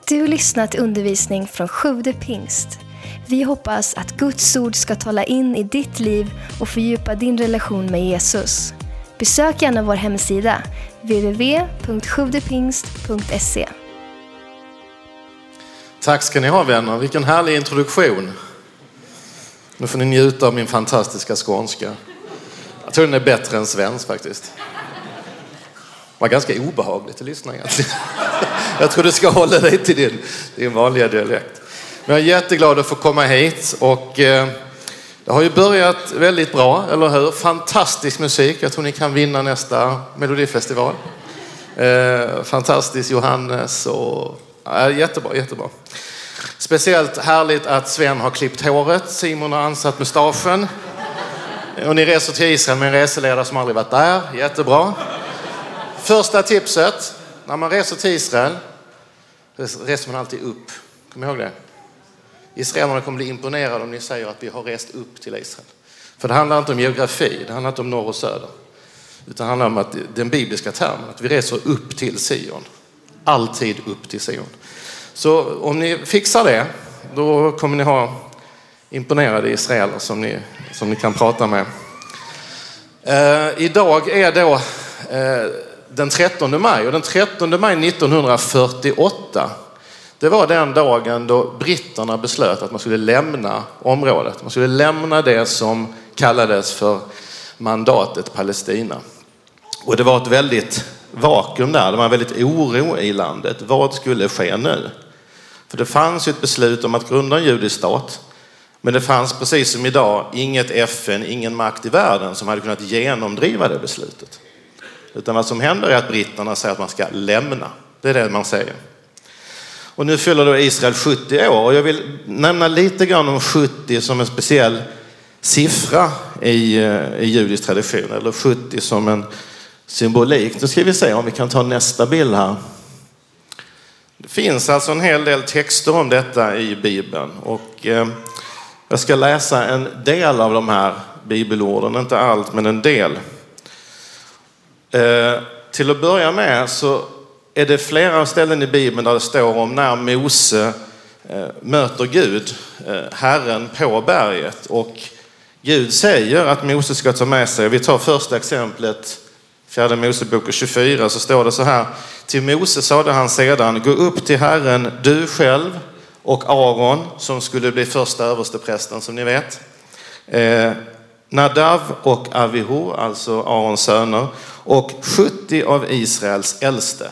Du har lyssnat till undervisning från Sjude Pingst. Vi hoppas att Guds ord ska tala in i ditt liv och fördjupa din relation med Jesus. Besök gärna vår hemsida www.sjuvdepingst.se. Tack ska ni ha, vänner. Vilken härlig introduktion. Nu får ni njuta av min fantastiska skånska. Jag tror den är bättre än svensk faktiskt. Det var ganska obehagligt att lyssna egentligen. Jag tror du ska hålla dig till din vanliga dialekt. Men jag är jätteglad att få komma hit och det har ju börjat väldigt bra, eller hur? Fantastisk musik. Jag tror ni kan vinna nästa Melodifestival. Fantastisk Johannes och jättebra. Speciellt härligt att Sven har klippt håret, Simon har ansatt mustaschen. Och ni reser till Israel med en reseledare som aldrig varit där. Jättebra. Första tipset, när man reser till Israel reser man alltid upp. Kom ihåg det. Israelerna kommer bli imponerade om ni säger att vi har rest upp till Israel. För det handlar inte om geografi, det handlar inte om norr och söder. Utan det handlar om att den bibliska termen, att vi reser upp till Sion. Alltid upp till Sion. Så om ni fixar det, då kommer ni ha imponerade israeler som ni kan prata med. Idag är då den 13 maj. Och den 13 maj 1948, det var den dagen då britterna beslöt att man skulle lämna området. Man skulle lämna det som kallades för mandatet Palestina. Och det var ett väldigt vakuum där. Det var en väldigt oro i landet. Vad skulle ske nu? För det fanns ju ett beslut om att grunda en judisk stat. Men det fanns precis som idag inget FN, ingen makt i världen som hade kunnat genomdriva det beslutet. Utan vad som händer är att britterna säger att man ska lämna. Det är det man säger. Och nu fyller då Israel 70 år. Och jag vill nämna lite grann om 70 som en speciell siffra i judisk tradition. Eller 70 som en symbolik. Nu ska vi se om vi kan ta nästa bild här. Det finns alltså en hel del texter om detta i Bibeln. Och jag ska läsa en del av de här bibelorden. Inte allt, men en del. Till att börja med så är det flera ställen i Bibeln där det står om när Mose möter Gud, Herren på berget. Och Gud säger att Mose ska ta med sig, vi tar första exemplet, 4 Mosebok 24, så står det så här. Till Mose sade han sedan, gå upp till Herren, du själv och Aron, som skulle bli första översteprästen som ni vet. Nadav och Avihu, alltså Arons söner, och 70 av Israels äldste.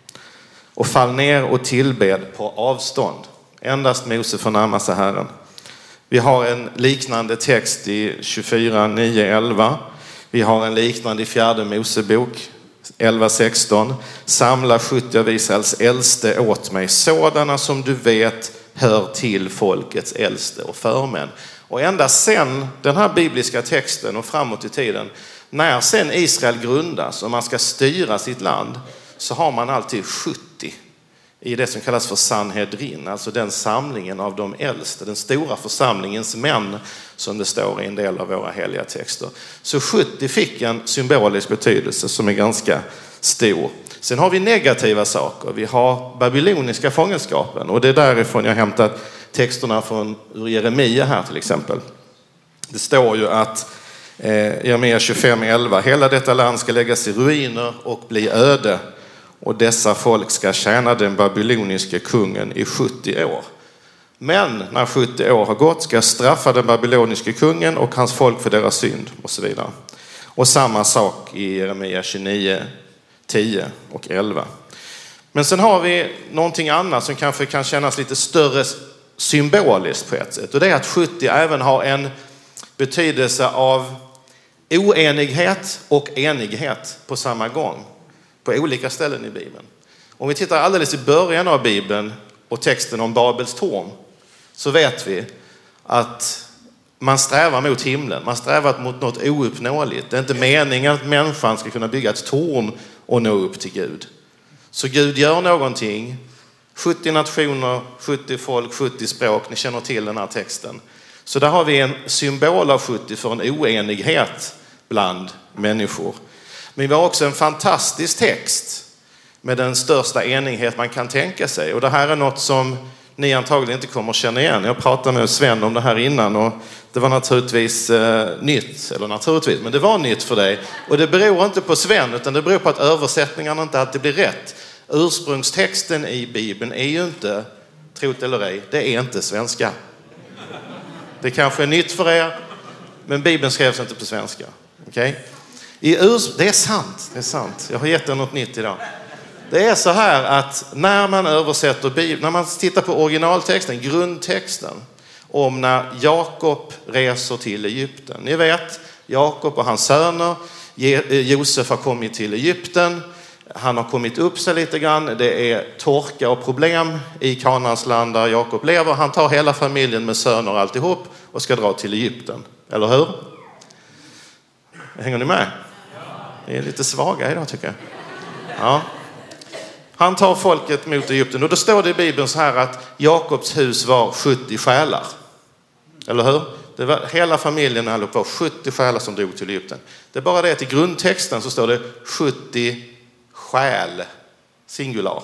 Och fall ner och tillbed på avstånd. Endast Mose får närma sig Herren. Vi har en liknande text i 24, 9, 11. Vi har en liknande i 4 Mosebok 11:16. Samla 70 av Israels äldste åt mig, sådana som du vet hör till folkets äldste och förmän. Och ända sen den här bibliska texten och framåt i tiden, när sen Israel grundas och man ska styra sitt land, så har man alltid 70 i det som kallas för Sanhedrin, alltså den samlingen av de äldste, den stora församlingens män som det står i en del av våra heliga texter. Så 70 fick en symbolisk betydelse som är ganska stor. Sen har vi negativa saker. Vi har babyloniska fångenskapen och det är därifrån jag hämtat texterna från ur Jeremia här till exempel. Det står ju att Jeremia 25:11, hela detta land ska läggas i ruiner och bli öde. Och dessa folk ska tjäna den babyloniske kungen i 70 år. Men när 70 år har gått ska jag straffa den babyloniske kungen och hans folk för deras synd och så vidare. Och samma sak i Jeremia 29, 10 och 11. Men sen har vi någonting annat som kanske kan kännas lite större symboliskt på ett sätt. Och det är att 70 även har en betydelse av oenighet och enighet på samma gång. På olika ställen i Bibeln. Om vi tittar alldeles i början av Bibeln och texten om Babels torn, så vet vi att man strävar mot himlen. Man strävar mot något ouppnåeligt. Det är inte meningen att människan ska kunna bygga ett torn och nå upp till Gud. Så Gud gör någonting. 70 nationer, 70 folk, 70 språk. Ni känner till den här texten. Så där har vi en symbol av 70 för en oenighet bland människor. Men vi har också en fantastisk text med den största enighet man kan tänka sig. Och det här är något som ni antagligen inte kommer att känna igen. Jag pratade med Sven om det här innan och det var naturligtvis nytt. Eller naturligtvis, men det var nytt för dig. Och det beror inte på Sven utan det beror på att översättningarna inte alltid blir rätt. Ursprungstexten i Bibeln är ju inte, trot eller ej, det är inte svenska. Det kanske är nytt för er, men Bibeln skrevs inte på svenska. Okay? Det är sant. Jag har gett er något nytt idag. Det är så här att när man översätter Bibeln, när man tittar på originaltexten, grundtexten, om när Jakob reser till Egypten. Ni vet, Jakob och hans söner, Josef har kommit till Egypten. Han har kommit upp sig lite grann. Det är torka och problem i Kanaans land där Jakob lever. Han tar hela familjen med söner och alltihop och ska dra till Egypten. Eller hur? Hänger ni med? Ni är lite svaga idag tycker jag. Ja. Han tar folket mot Egypten och då står det i Bibeln så här att Jakobs hus var 70 själar. Eller hur? Det var hela familjen allihop var 70 själar som drog till Egypten. Det är bara det att i grundtexten så står det 70 själ, singular.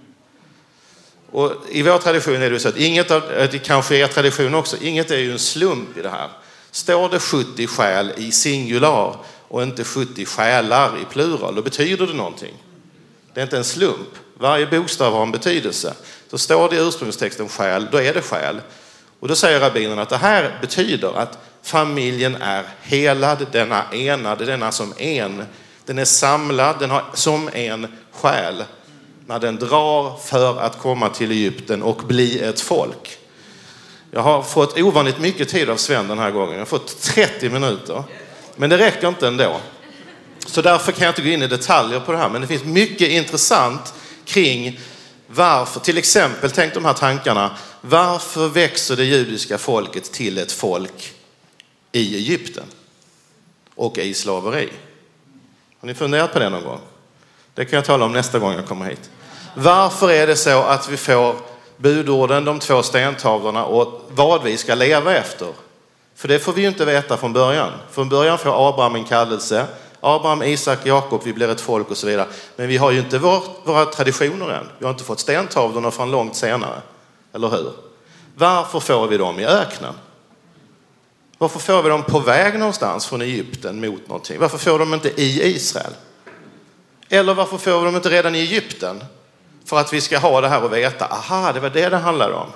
Och i vår tradition är det så att det kanske är tradition också, inget är ju en slump i det här. Står det 70 själ i singular och inte 70 själar i plural, då betyder det någonting. Det är inte en slump. Varje bokstav har en betydelse. Så står det i ursprungstexten själ, då är det själ. Och då säger rabbinen att det här betyder att familjen är helad, den är enad, den är som en. Den är samlad, den har som en själ när den drar för att komma till Egypten och bli ett folk. Jag har fått ovanligt mycket tid av Sven den här gången. Jag har fått 30 minuter. Men det räcker inte ändå. Så därför kan jag inte gå in i detaljer på det här. Men det finns mycket intressant kring varför. Till exempel, tänk de här tankarna. Varför växer det judiska folket till ett folk i Egypten och i slaveri? Har ni funderat på det någon gång? Det kan jag tala om nästa gång jag kommer hit. Varför är det så att vi får budorden, de 2 stentavlorna och vad vi ska leva efter? För det får vi ju inte veta från början. Från början får Abraham en kallelse. Abraham, Isak, Jakob, vi blir ett folk och så vidare. Men vi har ju inte våra traditioner än. Vi har inte fått stentavlorna från långt senare. Eller hur? Varför får vi dem i öknen? Varför får vi dem på väg någonstans från Egypten mot någonting? Varför får de inte i Israel? Eller varför får vi dem inte redan i Egypten? För att vi ska ha det här och veta, aha, det var det handlade om.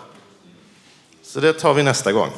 Så det tar vi nästa gång.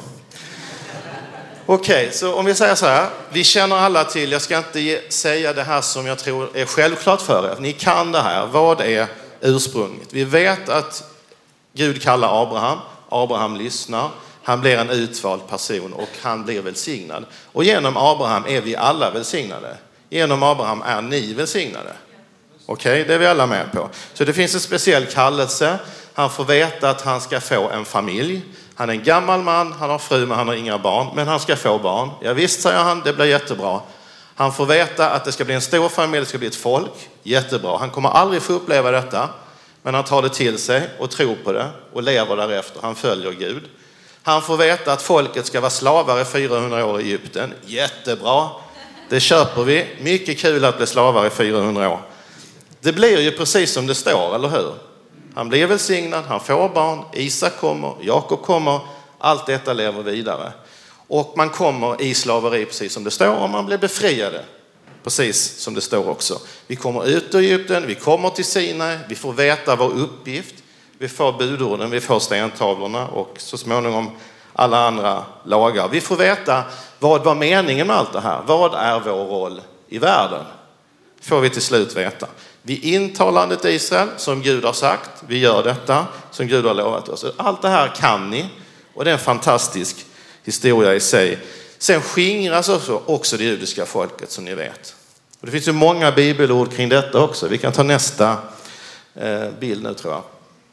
Okej, så om vi säger så här. Vi känner alla till, jag ska inte säga det här som jag tror är självklart för er. Ni kan det här. Vad är ursprunget? Vi vet att Gud kallar Abraham. Abraham lyssnar. Han blir en utvald person och han blir välsignad. Och genom Abraham är vi alla välsignade. Genom Abraham är ni välsignade. Okej, det är vi alla med på. Så det finns en speciell kallelse. Han får veta att han ska få en familj. Han är en gammal man, han har fru men han har inga barn. Men han ska få barn. Ja visst, säger han, det blir jättebra. Han får veta att det ska bli en stor familj, det ska bli ett folk. Jättebra. Han kommer aldrig få uppleva detta. Men han tar det till sig och tror på det och lever därefter. Han följer Gud. Han får veta att folket ska vara slavar i 400 år i Egypten. Jättebra. Det köper vi. Mycket kul att bli slavar i 400 år. Det blir ju precis som det står, eller hur? Han blir välsignad, han får barn, Isak kommer, Jakob kommer. Allt detta lever vidare. Och man kommer i slaveri precis som det står och man blir befriade. Precis som det står också. Vi kommer ut ur Egypten, vi kommer till Sinai, vi får veta vår uppgift. Vi får budorden, vi får stentavlorna och så småningom alla andra lagar. Vi får veta vad var meningen med allt det här. Vad är vår roll i världen? Får vi till slut veta. Vi intar landet Israel som Gud har sagt. Vi gör detta som Gud har lovat oss. Allt det här kan ni och det är en fantastisk historia i sig. Sen skingras också det judiska folket som ni vet. Och det finns ju många bibelord kring detta också. Vi kan ta nästa bild nu tror jag.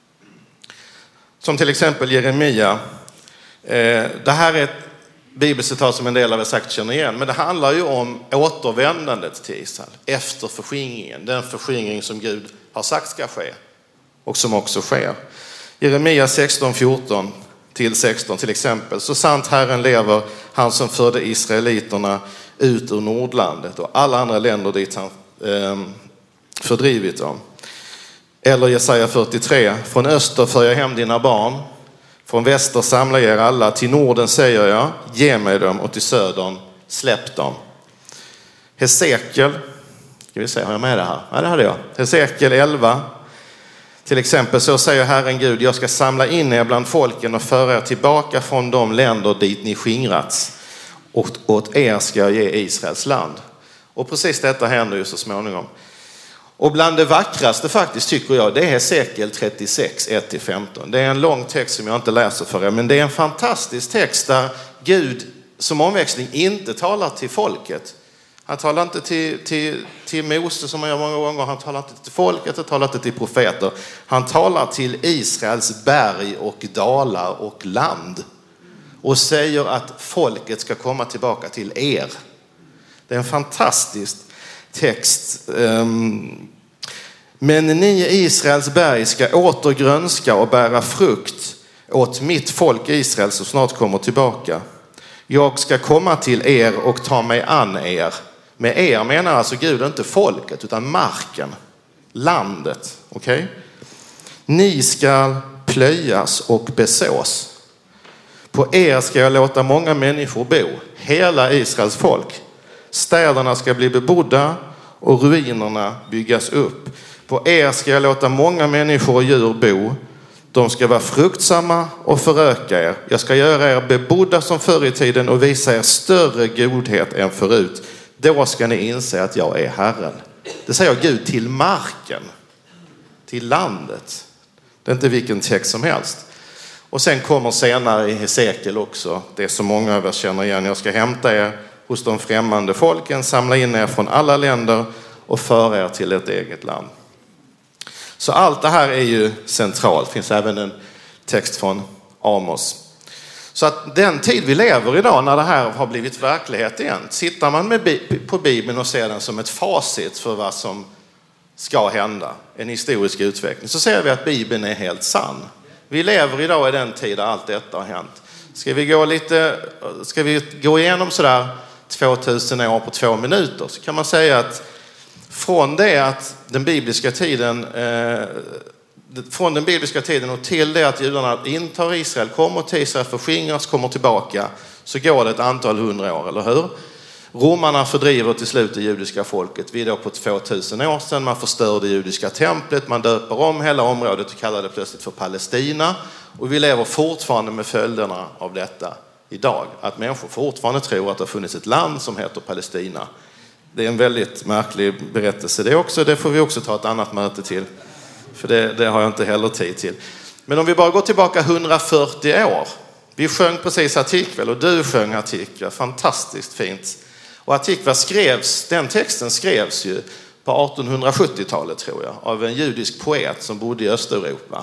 Som till exempel Jeremia. Det här är ett bibelcitat som en del av er sagt känner igen. Men det handlar ju om återvändandet till Israel. Efter förskingringen. Den förskingring som Gud har sagt ska ske. Och som också sker. Jeremia 16:14-16 till exempel. Så sant Herren lever, han som förde israeliterna ut ur Nordlandet. Och alla andra länder dit han fördrivit dem. Eller Jesaja 43. Från öster för jag hem dina barn. Från väster samlar jag er alla. Till norden säger jag, ge mig dem. Och till södern, släpp dem. Hesekiel. Ska vi se, har jag med det här? Ja, det hade jag. Hesekiel 11. Till exempel så säger Herren Gud, jag ska samla in er bland folken och föra er tillbaka från de länder dit ni skingrats. Och åt er ska jag ge Israels land. Och precis detta händer ju så småningom. Och bland det vackraste faktiskt tycker jag, det är Hesekiel 36, 1-15. Det är en lång text som jag inte läser för er, men det är en fantastisk text där Gud som omväxling inte talar till folket. Han talar inte till Mose som han gör många gånger. Han talar inte till folket, han talar inte till profeter. Han talar till Israels berg och dalar och land. Och säger att folket ska komma tillbaka till er. Det är en fantastisk text. Men ni Israels berg ska åter grönska och bära frukt åt mitt folk Israel som snart kommer tillbaka. Jag ska komma till er och ta mig an er. Med er menar alltså Gud inte folket utan marken, landet. Okay? Ni ska plöjas och besås. På er ska jag låta många människor bo, hela Israels folk. Städerna ska bli bebodda och ruinerna byggas upp. På er ska jag låta många människor och djur bo. De ska vara fruktsamma och föröka er. Jag ska göra er bebodda som förr i tiden och visa er större godhet än förut. Då ska ni inse att jag är Herren. Det säger Gud till marken, till landet. Det är inte vilken text som helst. Och sen kommer senare i Hesekiel också, det som många av er känner igen. Jag ska hämta er hos de främmande folken, samla in er från alla länder och föra er till ett eget land. Så allt det här är ju centralt. Det finns även en text från Amos. Så att den tid vi lever idag när det här har blivit verklighet igen, sitter man på Bibeln och ser den som ett facit för vad som ska hända, en historisk utveckling, så ser vi att Bibeln är helt sann. Vi lever idag i den tid där allt detta har hänt. Ska vi gå igenom sådär 2000 år på 2 minuter, så kan man säga att från den bibliska tiden och till det att judarna intar Israel, kommer till Israel, förskingras, kommer tillbaka, så går det ett antal 100 år, eller hur? Romarna fördriver till slut det judiska folket. Vi är då på 2000 år sedan. Man förstör det judiska templet, man döper om hela området och kallar det plötsligt för Palestina. Och vi lever fortfarande med följderna av detta idag. Att människor fortfarande tror att det har funnits ett land som heter Palestina. Det är en väldigt märklig berättelse det också. Det får vi också ta ett annat möte till. För det har jag inte heller tid till. Men om vi bara går tillbaka 140 år. Vi sjöng precis Hatikva, och du sjöng Hatikva. Fantastiskt fint. Och Hatikva den texten skrevs ju på 1870-talet tror jag. Av en judisk poet som bodde i Östeuropa.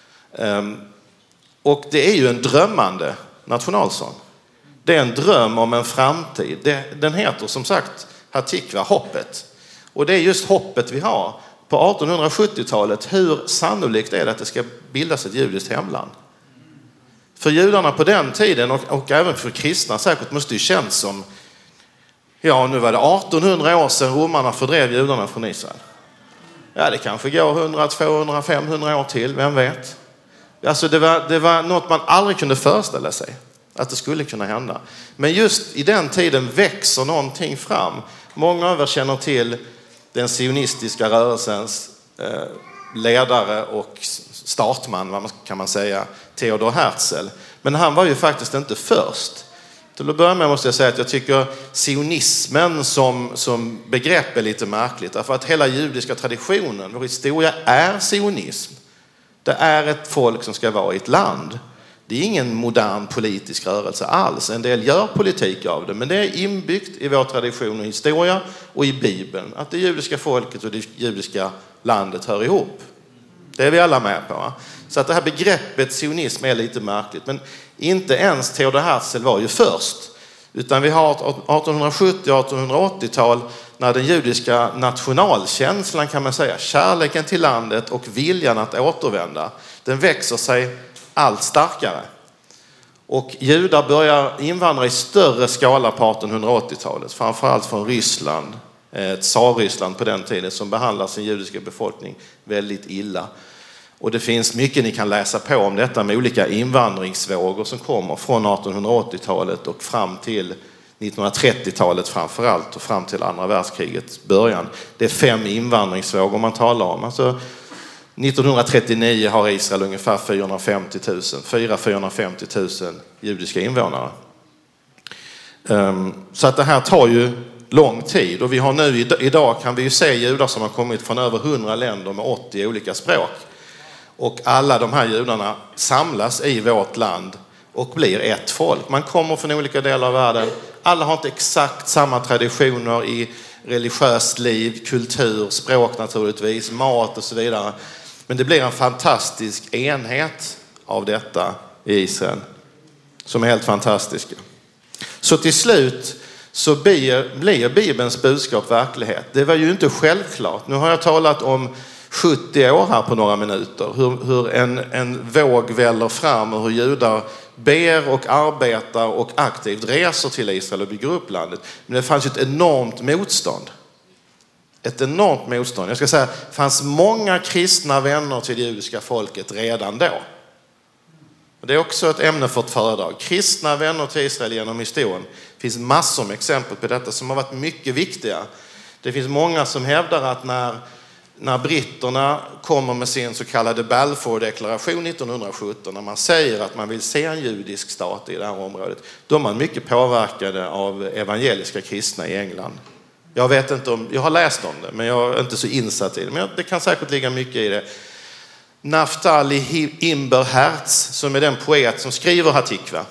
Och det är ju en drömmande nationalsång. Det är en dröm om en framtid. Den heter som sagt Hatikva, hoppet. Och det är just hoppet vi har. På 1870-talet, hur sannolikt är det att det ska bildas ett judiskt hemland? För judarna på den tiden och även för kristna säkert måste ju känns som, nu var det 1800 år sedan romarna fördrev judarna från Israel. Ja, det kanske går 100, 200, 500 år till, vem vet? Alltså det var något man aldrig kunde föreställa sig att det skulle kunna hända. Men just i den tiden växer någonting fram. Många av er känner till den sionistiska rörelsens ledare och startman, vad kan man säga, Theodor Herzl. Men han var ju faktiskt inte först. Till att börja med måste jag säga att jag tycker sionismen som begrepp är lite märkligt. Därför att hela judiska traditionen, vår historia är sionism. Det är ett folk som ska vara i ett land. Det är ingen modern politisk rörelse alls. En del gör politik av det, men det är inbyggt i vår tradition och historia och i Bibeln. Att det judiska folket och det judiska landet hör ihop. Det är vi alla med på. Va? Så att det här begreppet sionism är lite märkligt. Men inte ens Theodor Herzl var ju först. Utan vi har 1870-1880-tal när den judiska nationalkänslan kan man säga, kärleken till landet och viljan att återvända, den växer sig allt starkare. Och judar börjar invandra i större skala på 1880-talet. Framförallt från Ryssland, Tsarryssland på den tiden, som behandlar sin judiska befolkning väldigt illa. Och det finns mycket ni kan läsa på om detta med olika invandringsvågor som kommer från 1880-talet och fram till 1930-talet framförallt och fram till andra världskrigets början. Det är 5 invandringsvågor man talar om. Alltså 1939 har Israel ungefär 450 000 judiska invånare. Så att det här tar ju lång tid. Och vi har nu idag kan vi ju se judar som har kommit från över 100 länder med 80 olika språk. Och alla de här judarna samlas i vårt land och blir ett folk. Man kommer från olika delar av världen. Alla har inte exakt samma traditioner i religiöst liv, kultur, språk naturligtvis, mat och så vidare. Men det blir en fantastisk enhet av detta i Israel som är helt fantastiska. Så till slut så blir Bibelns budskap verklighet. Det var ju inte självklart. Nu har jag talat om 70 år här på några minuter. Hur en våg väller fram och hur judar ber och arbetar och aktivt reser till Israel och bygger upp landet. Men det fanns ju ett enormt motstånd. Ett enormt motstånd. Jag ska säga, det fanns många kristna vänner till det judiska folket redan då. Och det är också ett ämne för ett föredrag. Kristna vänner till Israel genom historien. Det finns massor med exempel på detta som har varit mycket viktiga. Det finns många som hävdar att när britterna kommer med sin så kallade Balfour-deklaration 1917, när man säger att man vill se en judisk stat i det här området, då är man mycket påverkade av evangeliska kristna i England. Jag vet inte om, jag har läst om det, men jag är inte så insatt i det. Men det kan säkert ligga mycket i det. Naftali Imber Herz, som är den poet som skriver Hatikva,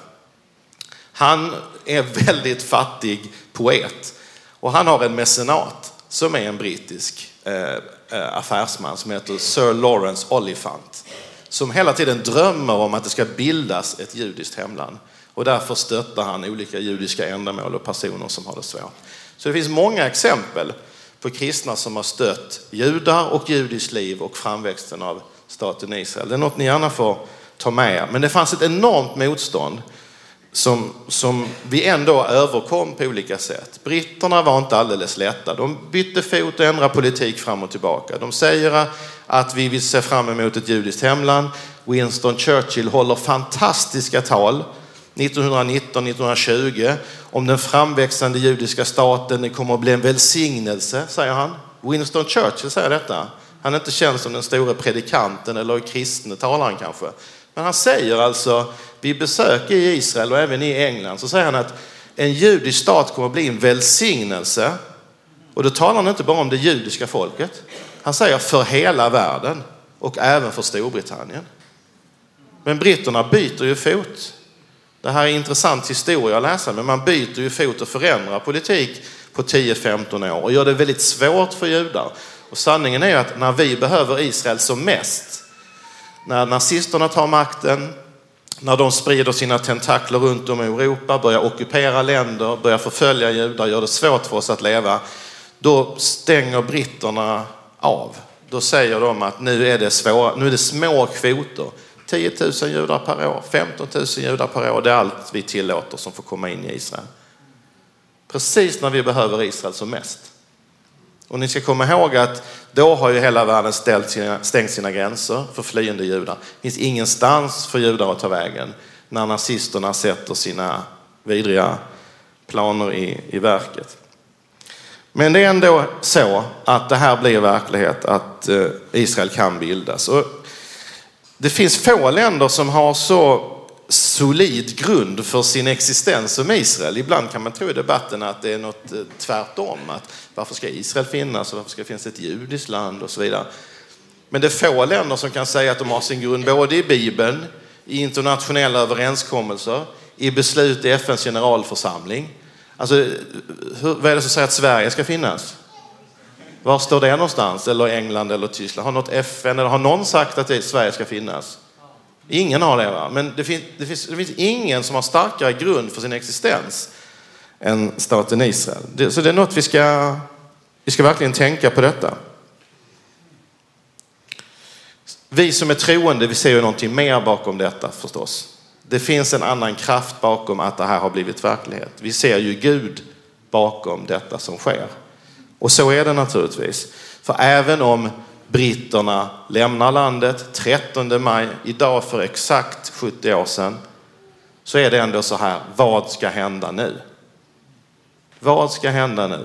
han är väldigt fattig poet. Och han har en mecenat som är en brittisk affärsman som heter Sir Lawrence Oliphant, som hela tiden drömmer om att det ska bildas ett judiskt hemland. Och därför stöttar han olika judiska ändamål och personer som har det svårt. Så det finns många exempel på kristna som har stött judar och judiskt liv och framväxten av staten Israel. Det är något ni gärna får ta med er. Men det fanns ett enormt motstånd som vi ändå överkom på olika sätt. Britterna var inte alldeles lätta. De bytte fot och ändrade politik fram och tillbaka. De säger att vi vill se fram emot ett judiskt hemland. Winston Churchill håller fantastiska tal 1919-1920 om den framväxande judiska staten. Det kommer att bli en välsignelse, säger han. Winston Churchill säger detta. Han är inte känd som den stora predikanten eller kristne talaren kanske. Men han säger alltså, vid besök i Israel och även i England, så säger han att en judisk stat kommer att bli en välsignelse. Och då talar han inte bara om det judiska folket. Han säger för hela världen och även för Storbritannien. Men britterna byter ju fot. Det här är intressant historia att läsa, men man byter ju fot och förändrar politik på 10-15 år och gör det väldigt svårt för judar. Och sanningen är att när vi behöver Israel som mest, när nazisterna tar makten, när de sprider sina tentakler runt om i Europa, börjar ockupera länder, börjar förfölja judar, gör det svårt för oss att leva, då stänger britterna av. Då säger de att nu är det små kvoter. 10 000 judar per år, 15 000 judar per år, det är allt vi tillåter som får komma in i Israel. Precis när vi behöver Israel som mest. Och ni ska komma ihåg att då har ju hela världen stängt sina gränser för flyende judar. Det finns ingenstans för judar att ta vägen när nazisterna sätter sina vidriga planer i verket. Men det är ändå så att det här blir verklighet, att Israel kan bildas. Och det finns få länder som har så solid grund för sin existens som Israel. Ibland kan man tro i debatten att det är något tvärtom. Att varför ska Israel finnas och varför ska det finnas ett judiskt land och så vidare. Men det är få länder som kan säga att de har sin grund både i Bibeln, i internationella överenskommelser, i beslut i FNs generalförsamling. Alltså, vad är det som säger att Sverige ska finnas? Var står det någonstans? Eller England eller Tyskland? Har något FN eller har någon sagt att Sverige ska finnas? Ingen har det, va? Men det finns ingen som har starkare grund för sin existens än staten Israel. Så det är något vi ska verkligen tänka på detta. Vi som är troende, vi ser ju någonting mer bakom detta förstås. Det finns en annan kraft bakom att det här har blivit verklighet. Vi ser ju Gud bakom detta som sker. Och så är det naturligtvis. För även om britterna lämnar landet 13 maj, idag för exakt 70 år sedan, så är det ändå så här, vad ska hända nu? Vad ska hända nu?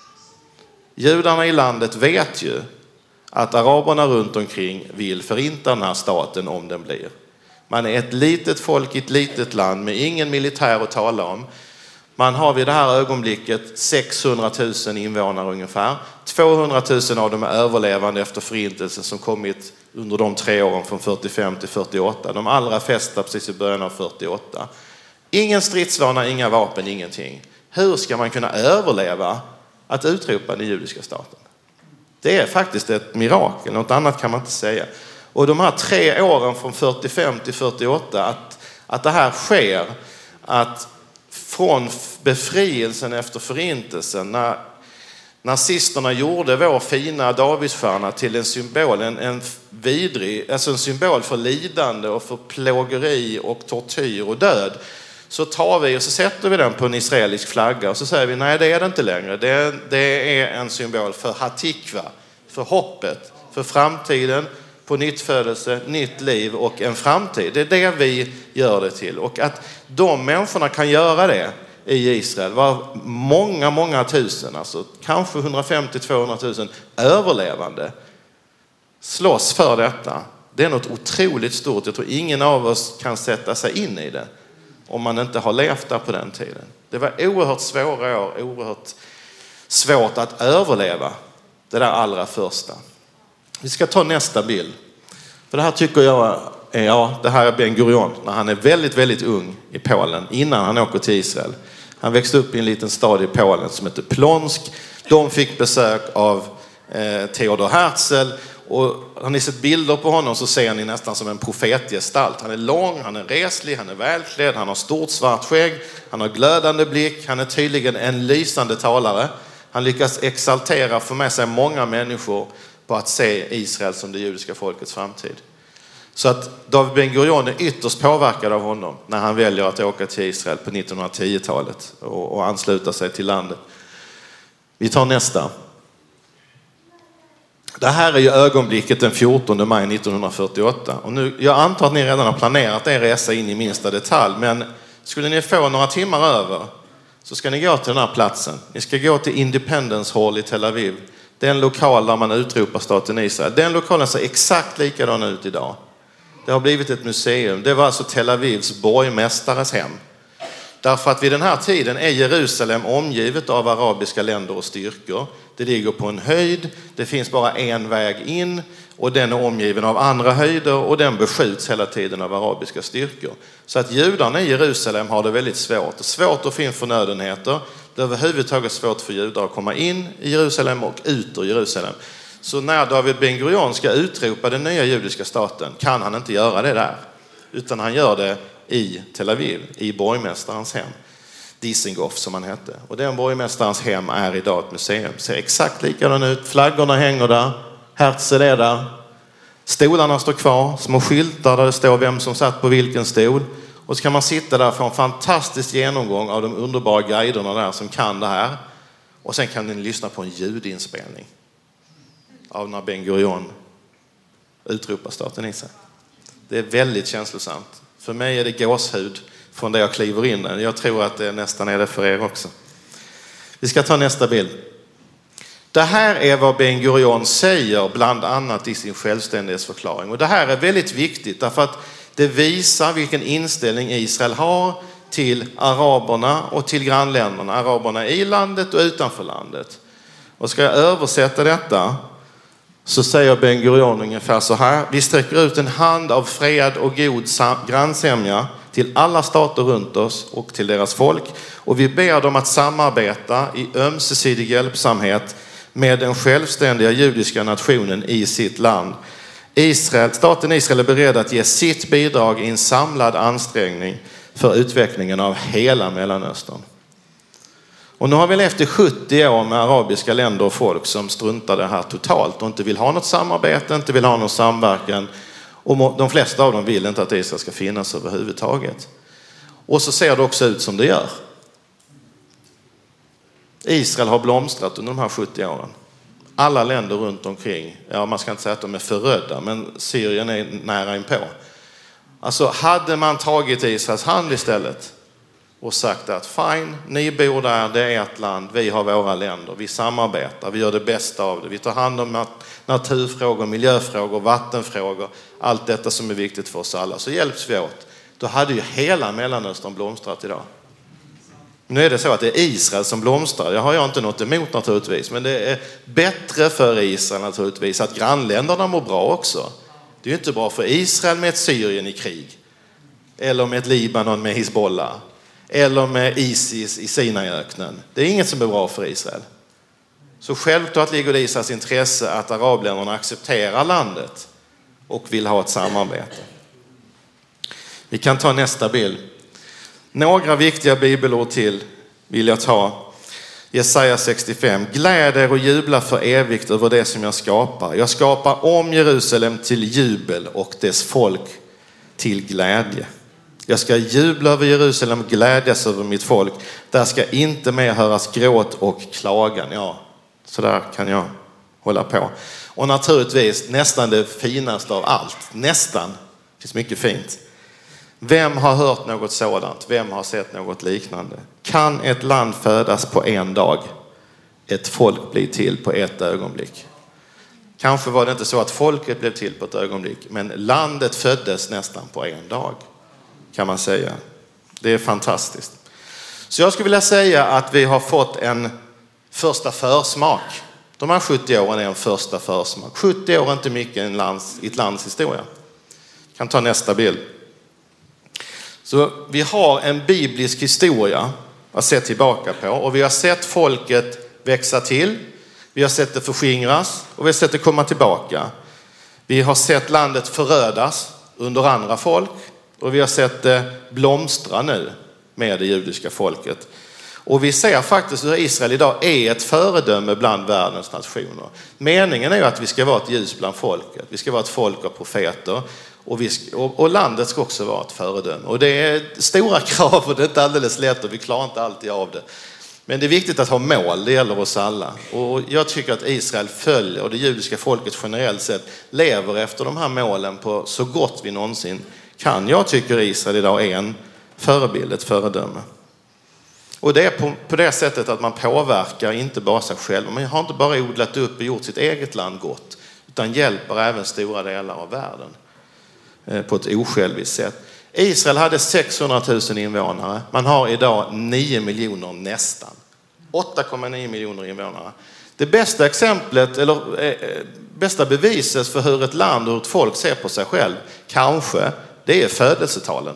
Judarna i landet vet ju att araberna runt omkring vill förinta den här staten om den blir. Man är ett litet folk i ett litet land med ingen militär att tala om. Man har vid det här ögonblicket 600 000 invånare ungefär. 200 000 av dem är överlevande efter förintelsen som kommit under de 3 åren från 45 till 48. De allra flesta precis i början av 48. Ingen stridsvana, inga vapen, ingenting. Hur ska man kunna överleva att utropa den judiska staten? Det är faktiskt ett mirakel, något annat kan man inte säga. Och de här 3 åren från 45 till 48, att det här sker, att från befrielsen efter förintelsen, när nazisterna gjorde vår fina Davidsstjärna till en symbol, en vidrig, alltså en symbol för lidande och för plågeri och tortyr och död, så tar vi och så sätter vi den på en israelisk flagga och så säger vi nej, det är det inte längre. Det är en symbol för Hatikva, för hoppet, för framtiden, på nyttfödelse, nytt liv och en framtid. Det är det vi gör det till. Och att de människorna kan göra det i Israel var många tusen, alltså kanske 150-200 000 överlevande slåss för detta. Det är något otroligt stort. Jag tror ingen av oss kan sätta sig in i det om man inte har levt där på den tiden. Det var oerhört svåra år, oerhört svårt att överleva det där allra första. Vi ska ta nästa bild. För det här tycker jag är, det här är Ben Gurion när han är väldigt, väldigt ung i Polen innan han åker till Israel. Han växte upp i en liten stad i Polen som heter Plonsk. De fick besök av Theodor Herzl. Och har ni sett bilder på honom så ser ni nästan som en profetgestalt. Han är lång, han är reslig, han är välklädd, han har stort svart skägg, han har glödande blick, han är tydligen en lysande talare. Han lyckas exaltera för med sig många människor på att se Israel som det judiska folkets framtid. Så att David Ben Gurion är ytterst påverkad av honom när han väljer att åka till Israel på 1910-talet och ansluta sig till landet. Vi tar nästa. Det här är ju ögonblicket den 14 maj 1948. Och nu, jag antar att ni redan har planerat er resa in i minsta detalj, men skulle ni få några timmar över så ska ni gå till den här platsen. Ni ska gå till Independence Hall i Tel Aviv. Det är en lokal där man utropar staten Israel. Den lokalen ser exakt likadan ut idag. Det har blivit ett museum. Det var alltså Tel Avivs borgmästares hem. Därför att vid den här tiden är Jerusalem omgivet av arabiska länder och styrkor. Det ligger på en höjd, det finns bara en väg in och den är omgiven av andra höjder och den beskjuts hela tiden av arabiska styrkor. Så att judarna i Jerusalem har det väldigt svårt. Svårt att få in förnödenheter. Det är överhuvudtaget svårt för judar att komma in i Jerusalem och ut ur Jerusalem. Så när David Ben Gurion ska utropa den nya judiska staten kan han inte göra det där. Utan han gör det i Tel Aviv, i borgmästarens hem. Dizengoff som han hette. Och den borgmästarens hem är idag ett museum. Ser exakt likadan ut. Flaggorna hänger där. Herzl är där. Stolarna står kvar. Små skyltar där det står vem som satt på vilken stol. Och så kan man sitta där för en fantastisk genomgång av de underbara guiderna där som kan det här. Och sen kan ni lyssna på en ljudinspelning av när Ben Gurion utropar staten Israel. Det är väldigt känslosamt. För mig är det gåshud från där jag kliver in. Jag tror att det nästan är det för er också. Vi ska ta nästa bild. Det här är vad Ben Gurion säger bland annat i sin självständighetsförklaring. Och det här är väldigt viktigt därför att det visar vilken inställning Israel har till araberna och till grannländerna. Araberna i landet och utanför landet. Och ska jag översätta detta så säger Ben Gurion ungefär så här. Vi sträcker ut en hand av fred och god grannsämja till alla stater runt oss och till deras folk. Och vi ber dem att samarbeta i ömsesidig hjälpsamhet med den självständiga judiska nationen i sitt land. Staten Israel är beredd att ge sitt bidrag i en samlad ansträngning för utvecklingen av hela Mellanöstern. Och nu har vi levt i 70 år med arabiska länder och folk som struntar det här totalt och inte vill ha något samarbete, inte vill ha någon samverkan. Och de flesta av dem vill inte att Israel ska finnas överhuvudtaget. Och så ser det också ut som det gör. Israel har blomstrat under de här 70 åren. Alla länder runt omkring, ja man ska inte säga att de är förödda, men Syrien är nära inpå. Alltså hade man tagit Israels hand istället och sagt att fine, ni bor där, det är ett land, vi har våra länder, vi samarbetar, vi gör det bästa av det. Vi tar hand om naturfrågor, miljöfrågor, vattenfrågor, allt detta som är viktigt för oss alla. Så hjälps vi åt. Då hade ju hela Mellanöstern blomstrat idag. Nu är det så att det är Israel som blomstrar. Det har jag inte något emot naturligtvis. Men det är bättre för Israel naturligtvis att grannländerna mår bra också. Det är ju inte bra för Israel med ett Syrien i krig. Eller med ett Libanon med Hizbollah. Eller med ISIS i Sinaiöknen. Det är inget som är bra för Israel. Så självklart ligger det i Israels intresse att arabländerna accepterar landet och vill ha ett samarbete. Vi kan ta nästa bild. Några viktiga bibelord till vill jag ta. Jesaja 65. Gläd er och jubla för evigt över det som jag skapar. Jag skapar om Jerusalem till jubel och dess folk till glädje. Jag ska jubla över Jerusalem och glädjas över mitt folk. Där ska inte mer höras gråt och klagan. Ja, så där kan jag hålla på. Och naturligtvis nästan det finaste av allt. Nästan. Det finns mycket fint. Vem har hört något sådant? Vem har sett något liknande? Kan ett land födas på en dag? Ett folk blir till på ett ögonblick. Kanske var det inte så att folket blev till på ett ögonblick, men landet föddes nästan på en dag, kan man säga. Det är fantastiskt. Så jag skulle vilja säga att vi har fått en första försmak. De här 70 åren är en första försmak. 70 år är inte mycket i ett lands historia. Jag kan ta nästa bild. Så vi har en biblisk historia att se tillbaka på. Och vi har sett folket växa till. Vi har sett det förskingras och vi har sett det komma tillbaka. Vi har sett landet förödas under andra folk. Och vi har sett det blomstra nu med det judiska folket. Och vi ser faktiskt hur Israel idag är ett föredöme bland världens nationer. Meningen är ju att vi ska vara ett ljus bland folket. Vi ska vara ett folk av profeter. Och landet ska också vara ett föredöme. Och det är stora krav och det är inte alldeles lätt och vi klarar inte alltid av det. Men det är viktigt att ha mål, det gäller oss alla. Och jag tycker att Israel följer och det judiska folket generellt sett lever efter de här målen på så gott vi någonsin kan. Jag tycker Israel idag är en förebild, ett föredöme. Och det är på det sättet att man påverkar inte bara sig själv. Man har inte bara odlat upp och gjort sitt eget land gott, utan hjälper även stora delar av världen på ett osjälviskt sätt. Israel hade 600 000 invånare. Man har idag 9 miljoner nästan. 8,9 miljoner invånare. Det bästa exemplet, eller bästa beviset för hur ett land och hur ett folk ser på sig själv, kanske, det är födelsetalen.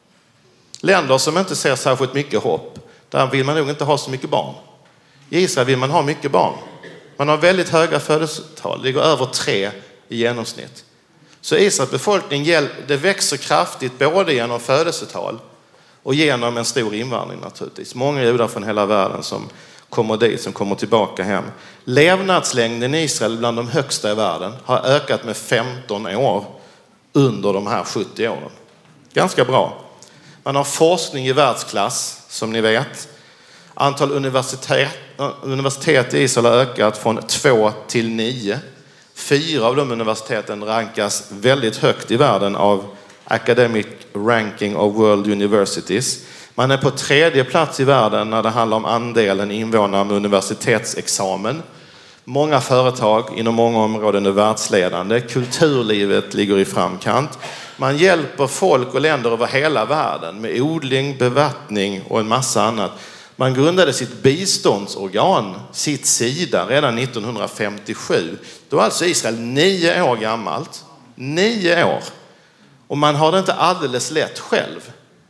Länder som inte ser särskilt mycket hopp, där vill man nog inte ha så mycket barn. I Israel vill man ha mycket barn. Man har väldigt höga födelsetal. Det går över 3 i genomsnitt. Så Israels befolkning det växer kraftigt både genom födelsetal och genom en stor invandring naturligtvis. Många judar från hela världen som kommer dit, som kommer tillbaka hem. Levnadslängden i Israel bland de högsta i världen har ökat med 15 år under de här 70 åren. Ganska bra. Man har forskning i världsklass, som ni vet. Antal universitet i Israel har ökat från 2 till 9. 4 av de universiteten rankas väldigt högt i världen av Academic Ranking of World Universities. Man är på 3:e plats i världen när det handlar om andelen invånare med universitetsexamen. Många företag inom många områden är världsledande. Kulturlivet ligger i framkant. Man hjälper folk och länder över hela världen med odling, bevattning och en massa annat. Man grundade sitt biståndsorgan, sitt Sida, redan 1957. Då var alltså Israel 9 år gammalt. 9 år. Och man har det inte alldeles lätt själv.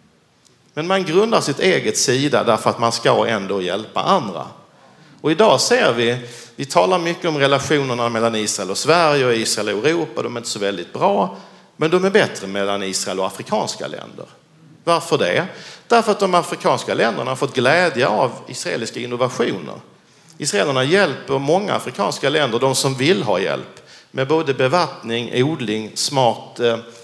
Men man grundar sitt eget Sida därför att man ska ändå hjälpa andra. Och idag ser vi talar mycket om relationerna mellan Israel och Sverige och Israel och Europa. De är inte så väldigt bra, men de är bättre mellan Israel och afrikanska länder. Varför det? Därför att de afrikanska länderna har fått glädje av israeliska innovationer. Israelerna hjälper många afrikanska länder, de som vill ha hjälp, med både bevattning, odling, smart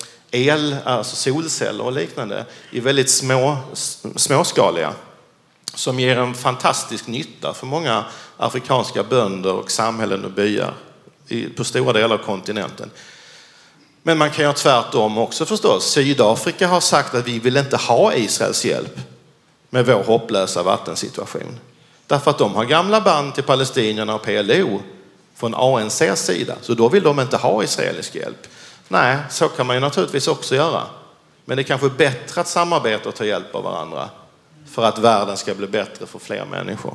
el, alltså solceller och liknande, i väldigt småskaliga. som ger en fantastisk nytta för många afrikanska bönder och samhällen och byar på stora delar av kontinenten. Men man kan ju tvärtom också förstås. Sydafrika har sagt att vi vill inte ha Israels hjälp med vår hopplösa vattensituation. Därför att de har gamla band till palestinierna och PLO från ANC:s sida. Så då vill de inte ha israelisk hjälp. Nej, så kan man ju naturligtvis också göra. Men det är kanske bättre att samarbeta och ta hjälp av varandra för att världen ska bli bättre för fler människor.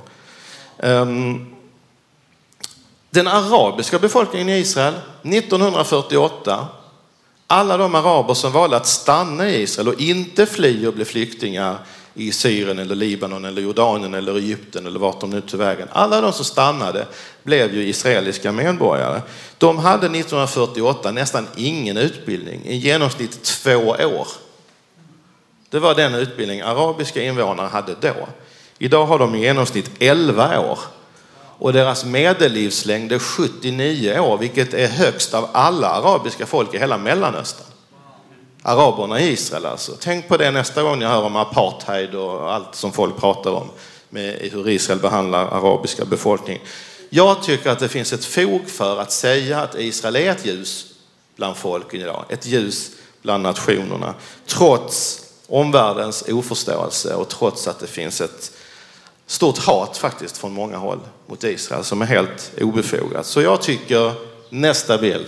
Den arabiska befolkningen i Israel 1948, alla de araber som valde att stanna i Israel och inte fly och bli flyktingar i Syrien eller Libanon eller Jordanien eller Egypten eller vart de nu tog vägen. Alla de som stannade blev ju israeliska medborgare. De hade 1948 nästan ingen utbildning, i genomsnitt 2 år. Det var den utbildning arabiska invånare hade då. Idag har de i genomsnitt 11 år. Och deras medellivslängd är 79 år, vilket är högst av alla arabiska folk i hela Mellanöstern. Araberna i Israel alltså. Tänk på det nästa gång ni hör om apartheid och allt som folk pratar om med hur Israel behandlar arabiska befolkning. Jag tycker att det finns ett fog för att säga att Israel är ett ljus bland folken idag. Ett ljus bland nationerna. Trots omvärldens oförståelse och trots att det finns ett stort hat faktiskt från många håll mot Israel som är helt obefogat. Så jag tycker nästa bild.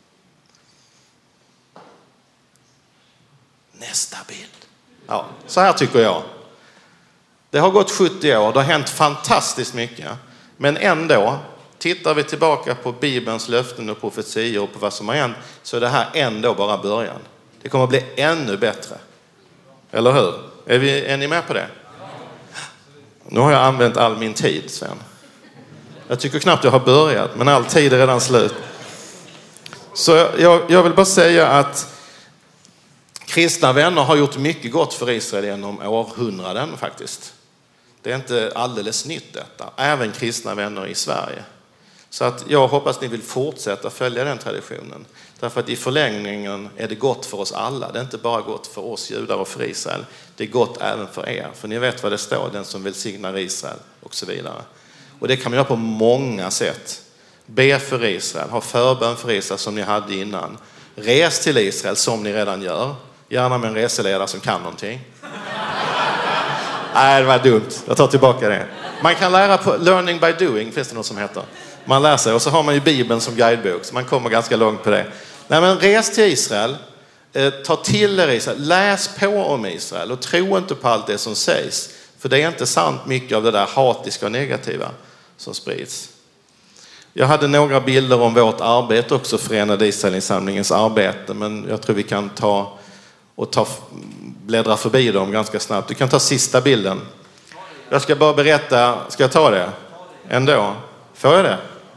Nästa bild. Ja, så här tycker jag. Det har gått 70 år, det har hänt fantastiskt mycket. Men ändå, tittar vi tillbaka på Bibelns löften och profetior och på vad som har hänt, så är det här ändå bara början. Det kommer att bli ännu bättre. Eller hur? Är ni med på det? Nu har jag använt all min tid, Sven. Jag tycker knappt jag har börjat, men all tid är redan slut. Så jag vill bara säga att kristna vänner har gjort mycket gott för Israel genom århundraden faktiskt. Det är inte alldeles nytt detta. Även kristna vänner i Sverige. Så att jag hoppas ni vill fortsätta följa den traditionen. Därför att i förlängningen är det gott för oss alla. Det är inte bara gott för oss judar och för Israel. Det är gott även för er. För ni vet vad det står, den som välsignar Israel och så vidare. Och det kan man göra på många sätt. Be för Israel, ha förbön för Israel som ni hade innan. Res till Israel som ni redan gör. Gärna med en reseledare som kan någonting. Nej, det var dumt. Jag tar tillbaka det. Man kan lära på learning by doing, finns det något som heter. Man lär sig och så har man ju Bibeln som guidebok. Så man kommer ganska långt på det. Nej, men res till Israel. Ta till er Israel. Läs på om Israel och tro inte på allt det som sägs. För det är inte sant mycket av det där hatiska och negativa som sprids. Jag hade några bilder om vårt arbete också, Förenade Israelinsamlingens arbete. Men jag tror vi kan bläddra förbi dem ganska snabbt. Du kan ta sista bilden. Jag ska bara berätta. Ska jag ta det? Ändå. Får jag det?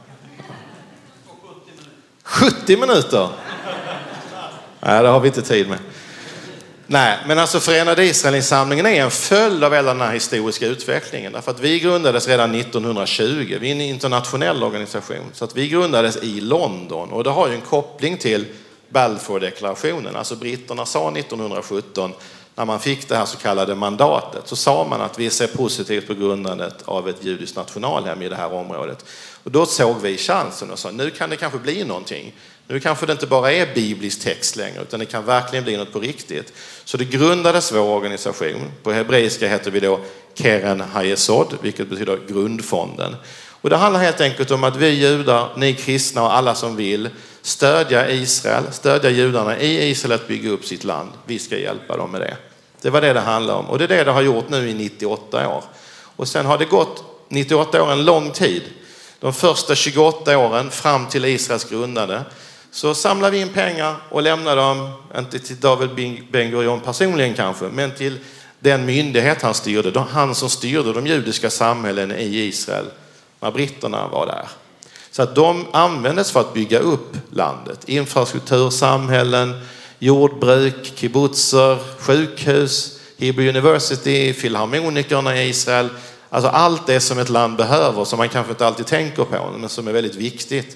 70 minuter? Nej, det har vi inte tid med. Nej, men alltså Förenade Israelinsamlingen är en följd av hela den här historiska utvecklingen. Därför att vi grundades redan 1920. Vi är en internationell organisation. Så att vi grundades i London. Och det har ju en koppling till Balfour-deklarationen. Alltså britterna sa 1917, när man fick det här så kallade mandatet, så sa man att vi ser positivt på grundandet av ett judiskt nationalhem i det här området. Och då såg vi chansen och sa, nu kan det kanske bli någonting. Nu kanske det inte bara är biblisk text längre, utan det kan verkligen bli något på riktigt. Så det grundades vår organisation. På hebreiska heter vi då Keren Hayesod, vilket betyder grundfonden. Och det handlar helt enkelt om att vi judar, ni kristna och alla som vill stödja Israel, stödja judarna i Israel att bygga upp sitt land. Vi ska hjälpa dem med det. Det var det handlar om. Och det är det har gjort nu i 98 år. Och sen har det gått 98 år en lång tid. De första 28 åren fram till Israels grundande så samlar vi in pengar och lämnar dem, inte till David Ben-Gurion personligen kanske, men till den myndighet han styrde. Han som styrde de judiska samhällen i Israel när britterna var där. Så att de användes för att bygga upp landet. Infrastruktur, samhällen, jordbruk, kibbutzer, sjukhus, Hebrew University, filharmonikerna i Israel. Alltså allt det som ett land behöver, som man kanske inte alltid tänker på, men som är väldigt viktigt.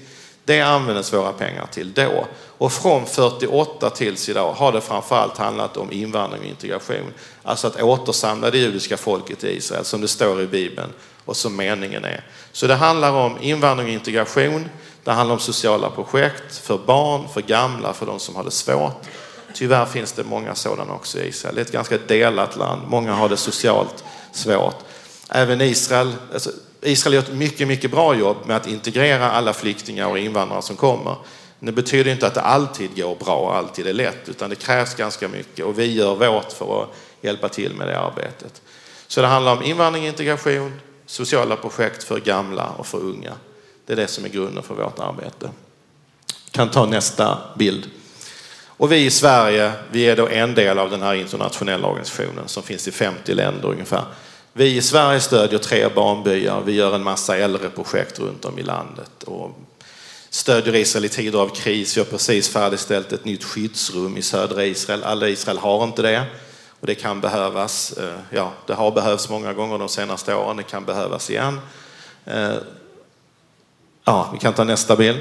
Det användes våra pengar till då. Och från 48 tills idag har det framförallt handlat om invandring och integration. Alltså att återsamla det judiska folket i Israel, som det står i Bibeln och som meningen är. Så det handlar om invandring och integration. Det handlar om sociala projekt för barn, för gamla, för de som har det svårt. Tyvärr finns det många sådana också i Israel. Det är ett ganska delat land. Många har det socialt svårt. Även Israel gör ett mycket, mycket bra jobb med att integrera alla flyktingar och invandrare som kommer. Det betyder inte att det alltid går bra och alltid är lätt, utan det krävs ganska mycket. Och vi gör vårt för att hjälpa till med det arbetet. Så det handlar om invandring, integration, sociala projekt för gamla och för unga. Det är det som är grunden för vårt arbete. Jag kan ta nästa bild. Och vi i Sverige, vi är då en del av den här internationella organisationen som finns i 50 länder ungefär. Vi i Sverige stödjer 3 barnbyar. Vi gör en massa äldreprojekt runt om i landet och stödjer Israel i tider av kris. Vi har precis färdigställt ett nytt skyddsrum i södra Israel. Alla Israel har inte det och det kan behövas. Ja, det har behövts många gånger de senaste åren. Det kan behövas igen. Ja, vi kan ta nästa bild.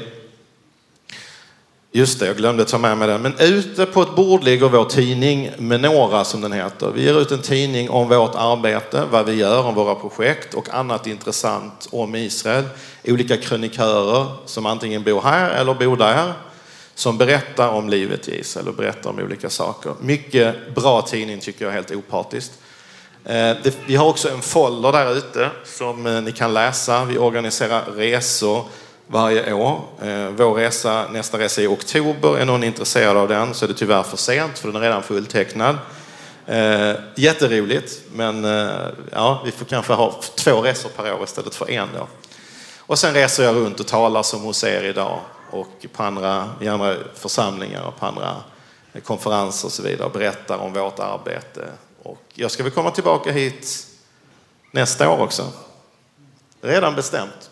Just det, jag glömde ta med mig den. Men ute på ett bord ligger vår tidning Menora, som den heter. Vi ger ut en tidning om vårt arbete, vad vi gör, om våra projekt och annat intressant om Israel. Olika krönikörer som antingen bor här eller bor där, som berättar om livet i Israel och berättar om olika saker. Mycket bra tidning, tycker jag, helt opartiskt. Vi har också en folder där ute som ni kan läsa. Vi organiserar resor varje år. Nästa resa är i oktober. Är någon intresserad av den så är det tyvärr för sent, för den är redan fulltecknad. Jätteroligt, men ja, vi får kanske ha 2 resor per år istället för 1 då. Och sen reser jag runt och talar som hos er idag och i andra församlingar och på andra konferenser och så vidare och berättar om vårt arbete. Och jag ska väl komma tillbaka hit nästa år också. Redan bestämt.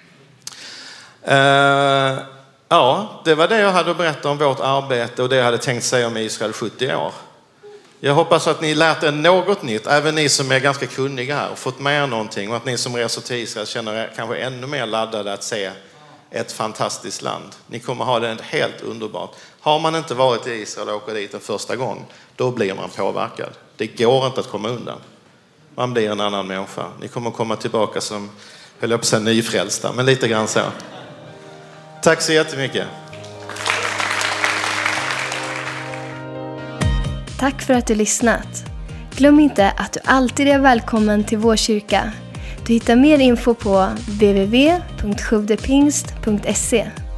Ja, det var det jag hade att berätta om vårt arbete och det jag hade tänkt säga om Israel 70 år. Jag hoppas att ni lärt er något nytt, även ni som är ganska kunniga här och fått med er någonting, och att ni som reser till Israel känner er kanske ännu mer laddade att se ett fantastiskt land. Ni kommer ha det helt underbart. Har man inte varit i Israel och åker dit en första gång, då blir man påverkad. Det går inte att komma undan. Man blir en annan människa. Ni kommer komma tillbaka som, höll jag på att säga, nyfrälsta, men lite grann så. Tack så jättemycket. Tack för att du lyssnat. Glöm inte att du alltid är välkommen till vår kyrka. Du hittar mer info på www.sjuvdepingst.se.